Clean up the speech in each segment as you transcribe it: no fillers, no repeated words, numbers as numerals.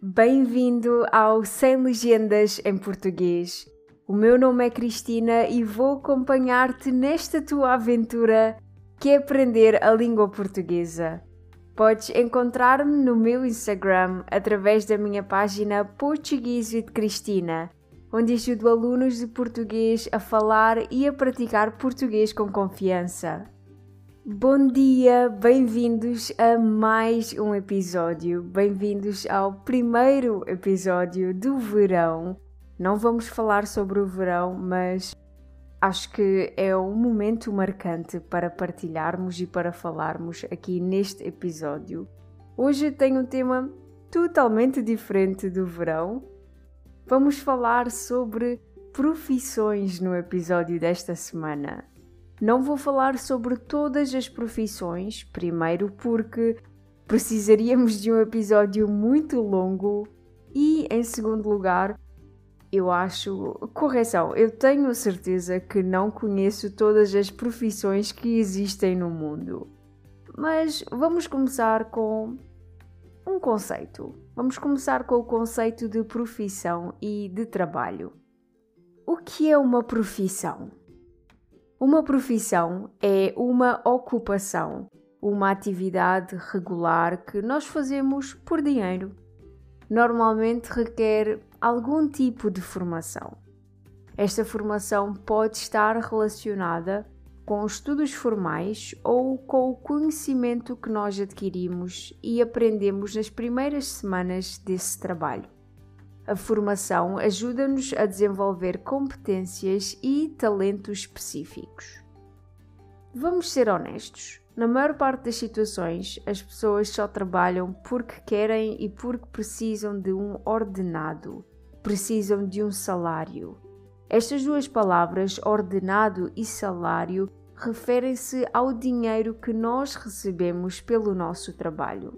Bem-vindo ao Sem Legendas em Português. O meu nome é Cristina e vou acompanhar-te nesta tua aventura que é aprender a língua portuguesa. Podes encontrar-me no meu Instagram através da minha página Portuguese with Cristina, onde ajudo alunos de português a falar e a praticar português com confiança. Bom dia, bem-vindos a mais um episódio, bem-vindos ao primeiro episódio do verão. Não vamos falar sobre o verão, mas acho que é um momento marcante para partilharmos e para falarmos aqui neste episódio. Hoje tenho um tema totalmente diferente do verão. Vamos falar sobre profissões no episódio desta semana. Não vou falar sobre todas as profissões, primeiro porque precisaríamos de um episódio muito longo e, em segundo lugar, eu tenho certeza que não conheço todas as profissões que existem no mundo. Mas vamos começar com um conceito. Vamos começar com o conceito de profissão e de trabalho. O que é uma profissão? Uma profissão é uma ocupação, uma atividade regular que nós fazemos por dinheiro. Normalmente requer algum tipo de formação. Esta formação pode estar relacionada com estudos formais ou com o conhecimento que nós adquirimos e aprendemos nas primeiras semanas desse trabalho. A formação ajuda-nos a desenvolver competências e talentos específicos. Vamos ser honestos, na maior parte das situações as pessoas só trabalham porque querem e porque precisam de um ordenado, precisam de um salário. Estas duas palavras, ordenado e salário, referem-se ao dinheiro que nós recebemos pelo nosso trabalho.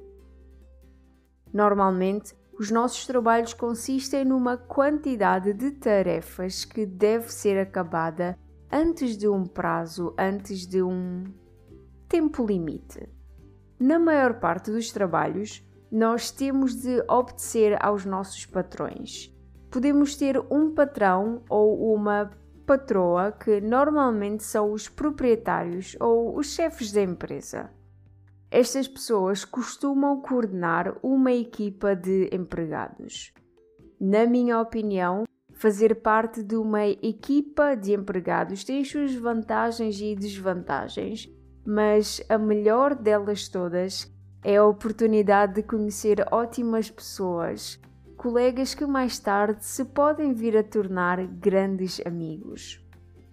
Normalmente, os nossos trabalhos consistem numa quantidade de tarefas que deve ser acabada antes de um prazo, antes de um tempo limite. Na maior parte dos trabalhos, nós temos de obedecer aos nossos patrões. Podemos ter um patrão ou uma patroa que normalmente são os proprietários ou os chefes da empresa. Estas pessoas costumam coordenar uma equipa de empregados. Na minha opinião, fazer parte de uma equipa de empregados tem as suas vantagens e desvantagens, mas a melhor delas todas é a oportunidade de conhecer ótimas pessoas, colegas que mais tarde se podem vir a tornar grandes amigos.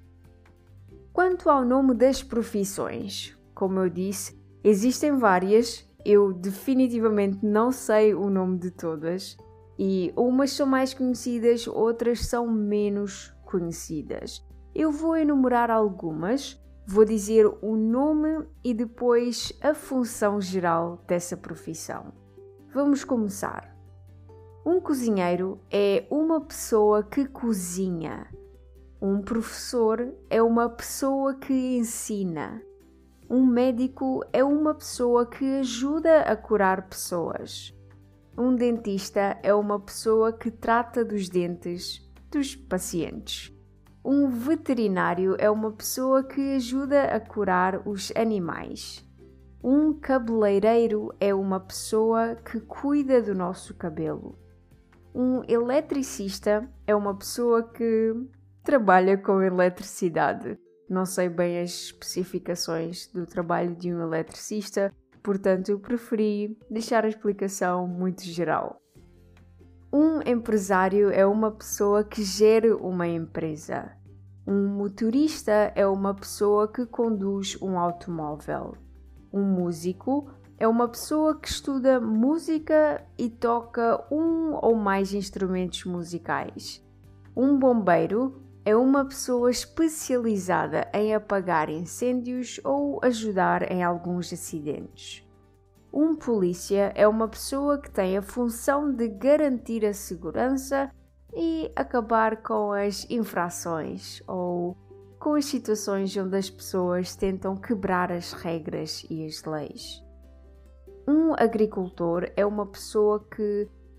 Quanto ao nome das profissões, como eu disse, existem várias, eu definitivamente não sei o nome de todas e umas são mais conhecidas, outras são menos conhecidas. Eu vou enumerar algumas, vou dizer o nome e depois a função geral dessa profissão. Vamos começar. Um cozinheiro é uma pessoa que cozinha. Um professor é uma pessoa que ensina. Um médico é uma pessoa que ajuda a curar pessoas. Um dentista é uma pessoa que trata dos dentes dos pacientes. Um veterinário é uma pessoa que ajuda a curar os animais. Um cabeleireiro é uma pessoa que cuida do nosso cabelo. Um eletricista é uma pessoa que trabalha com eletricidade. Não sei bem as especificações do trabalho de um eletricista, portanto eu preferi deixar a explicação muito geral. Um empresário é uma pessoa que gera uma empresa. Um motorista é uma pessoa que conduz um automóvel. Um músico é uma pessoa que estuda música e toca um ou mais instrumentos musicais. Um bombeiro é uma pessoa especializada em apagar incêndios ou ajudar em alguns acidentes. Um polícia é uma pessoa que tem a função de garantir a segurança e acabar com as infrações ou com as situações onde as pessoas tentam quebrar as regras e as leis. Um agricultor é uma pessoa que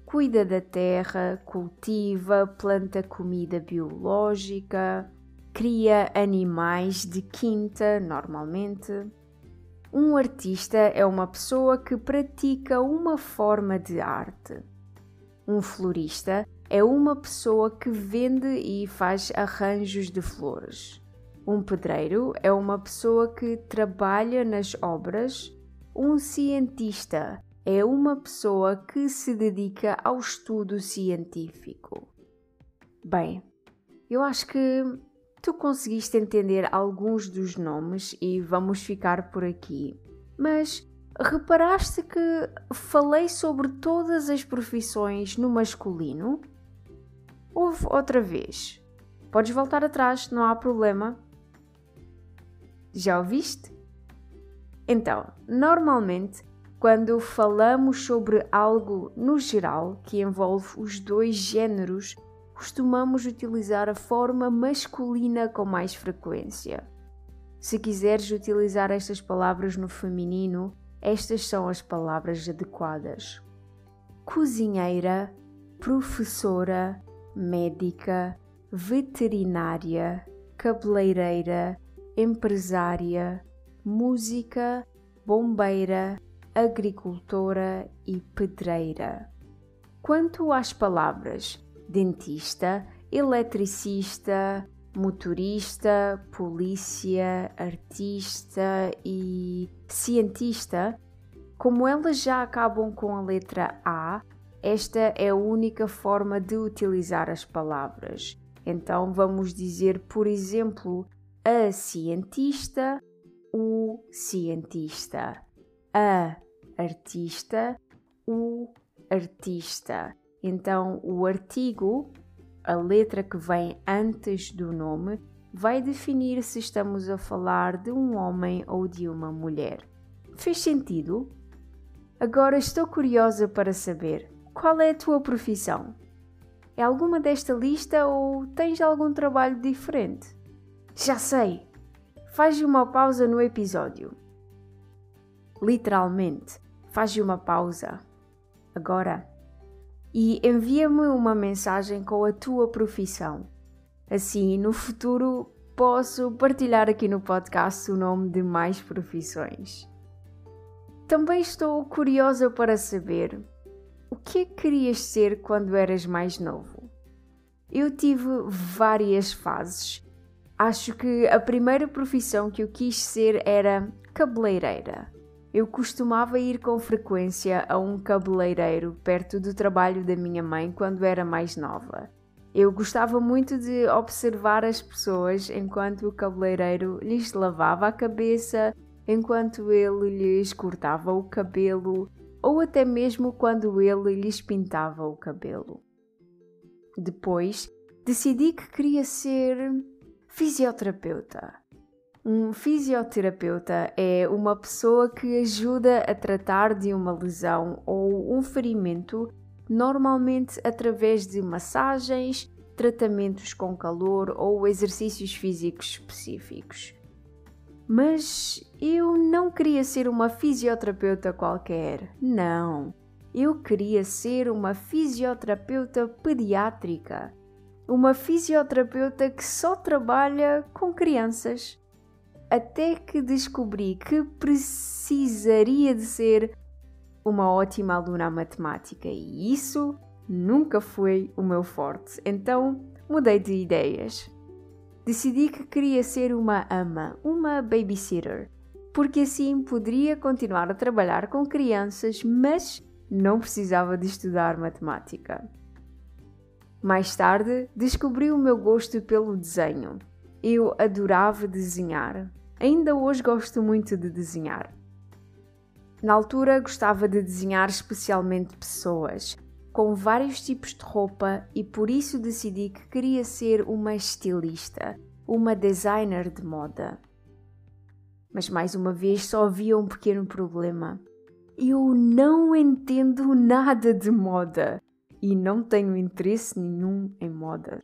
cuida da terra, cultiva, planta comida biológica, cria animais de quinta, normalmente. Um artista é uma pessoa que pratica uma forma de arte. Um florista é uma pessoa que vende e faz arranjos de flores. Um pedreiro é uma pessoa que trabalha nas obras. Um cientista é uma pessoa que se dedica ao estudo científico. Bem, eu acho que tu conseguiste entender alguns dos nomes e vamos ficar por aqui. Mas reparaste que falei sobre todas as profissões no masculino? Ouve outra vez. Podes voltar atrás, não há problema. Já ouviste? Então, normalmente, quando falamos sobre algo no geral que envolve os dois géneros, costumamos utilizar a forma masculina com mais frequência. Se quiseres utilizar estas palavras no feminino, estas são as palavras adequadas: cozinheira, professora, médica, veterinária, cabeleireira, empresária, música, bombeira, agricultora e pedreira. Quanto às palavras dentista, eletricista, motorista, polícia, artista e cientista, como elas já acabam com a letra A, esta é a única forma de utilizar as palavras. Então vamos dizer, por exemplo, a cientista, o cientista, a artista, o artista. Então o artigo, a letra que vem antes do nome, vai definir se estamos a falar de um homem ou de uma mulher. Fez sentido? Agora estou curiosa para saber, qual é a tua profissão? É alguma desta lista ou tens algum trabalho diferente? Já sei! Faz uma pausa no episódio. Literalmente, faz uma pausa. Agora. E envia-me uma mensagem com a tua profissão. Assim, no futuro, posso partilhar aqui no podcast o nome de mais profissões. Também estou curiosa para saber o que querias ser quando eras mais novo. Eu tive várias fases. Acho que a primeira profissão que eu quis ser era cabeleireira. Eu costumava ir com frequência a um cabeleireiro perto do trabalho da minha mãe quando era mais nova. Eu gostava muito de observar as pessoas enquanto o cabeleireiro lhes lavava a cabeça, enquanto ele lhes cortava o cabelo, ou até mesmo quando ele lhes pintava o cabelo. Depois, decidi que queria ser fisioterapeuta. Um fisioterapeuta é uma pessoa que ajuda a tratar de uma lesão ou um ferimento, normalmente através de massagens, tratamentos com calor ou exercícios físicos específicos. Mas eu não queria ser uma fisioterapeuta qualquer, não. Eu queria ser uma fisioterapeuta pediátrica. Uma fisioterapeuta que só trabalha com crianças. Até que descobri que precisaria de ser uma ótima aluna à matemática e isso nunca foi o meu forte, então mudei de ideias. Decidi que queria ser uma ama, uma babysitter, porque assim poderia continuar a trabalhar com crianças, mas não precisava de estudar matemática. Mais tarde, descobri o meu gosto pelo desenho. Eu adorava desenhar. Ainda hoje gosto muito de desenhar. Na altura gostava de desenhar especialmente pessoas, com vários tipos de roupa e por isso decidi que queria ser uma estilista, uma designer de moda. Mas mais uma vez só havia um pequeno problema. Eu não entendo nada de moda e não tenho interesse nenhum em moda.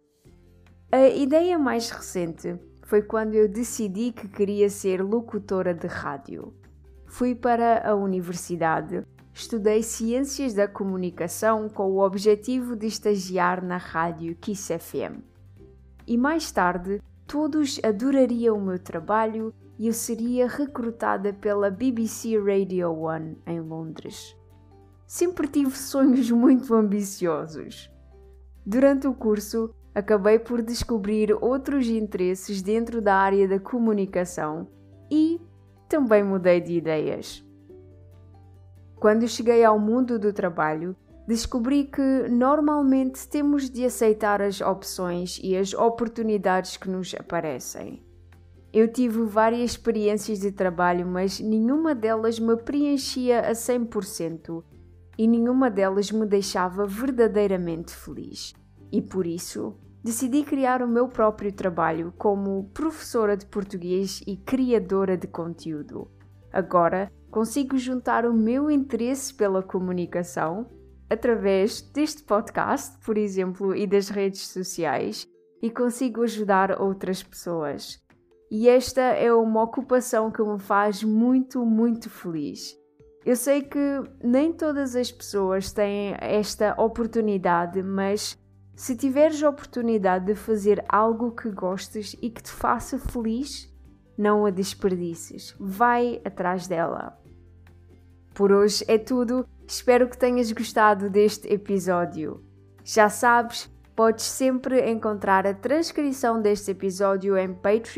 A ideia mais recente foi quando eu decidi que queria ser locutora de rádio. Fui para a universidade estudei Ciências da Comunicação com o objetivo de estagiar na rádio Kiss FM. E mais tarde, todos adorariam o meu trabalho e eu seria recrutada pela BBC Radio 1 em Londres. Sempre tive sonhos muito ambiciosos. Durante o curso, acabei por descobrir outros interesses dentro da área da comunicação e também mudei de ideias. Quando cheguei ao mundo do trabalho, descobri que normalmente temos de aceitar as opções e as oportunidades que nos aparecem. Eu tive várias experiências de trabalho, mas nenhuma delas me preenchia a 100% e nenhuma delas me deixava verdadeiramente feliz. E por isso, decidi criar o meu próprio trabalho como professora de português e criadora de conteúdo. Agora, consigo juntar o meu interesse pela comunicação através deste podcast, por exemplo, e das redes sociais, e consigo ajudar outras pessoas. E esta é uma ocupação que me faz muito, muito feliz. Eu sei que nem todas as pessoas têm esta oportunidade, mas se tiveres a oportunidade de fazer algo que gostes e que te faça feliz, não a desperdices. Vai atrás dela. Por hoje é tudo. Espero que tenhas gostado deste episódio. Já sabes, podes sempre encontrar a transcrição deste episódio em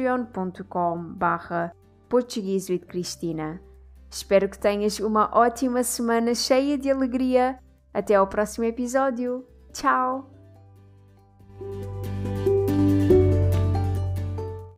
patreon.com/portuguesewithcristina. Espero que tenhas uma ótima semana cheia de alegria. Até ao próximo episódio. Tchau!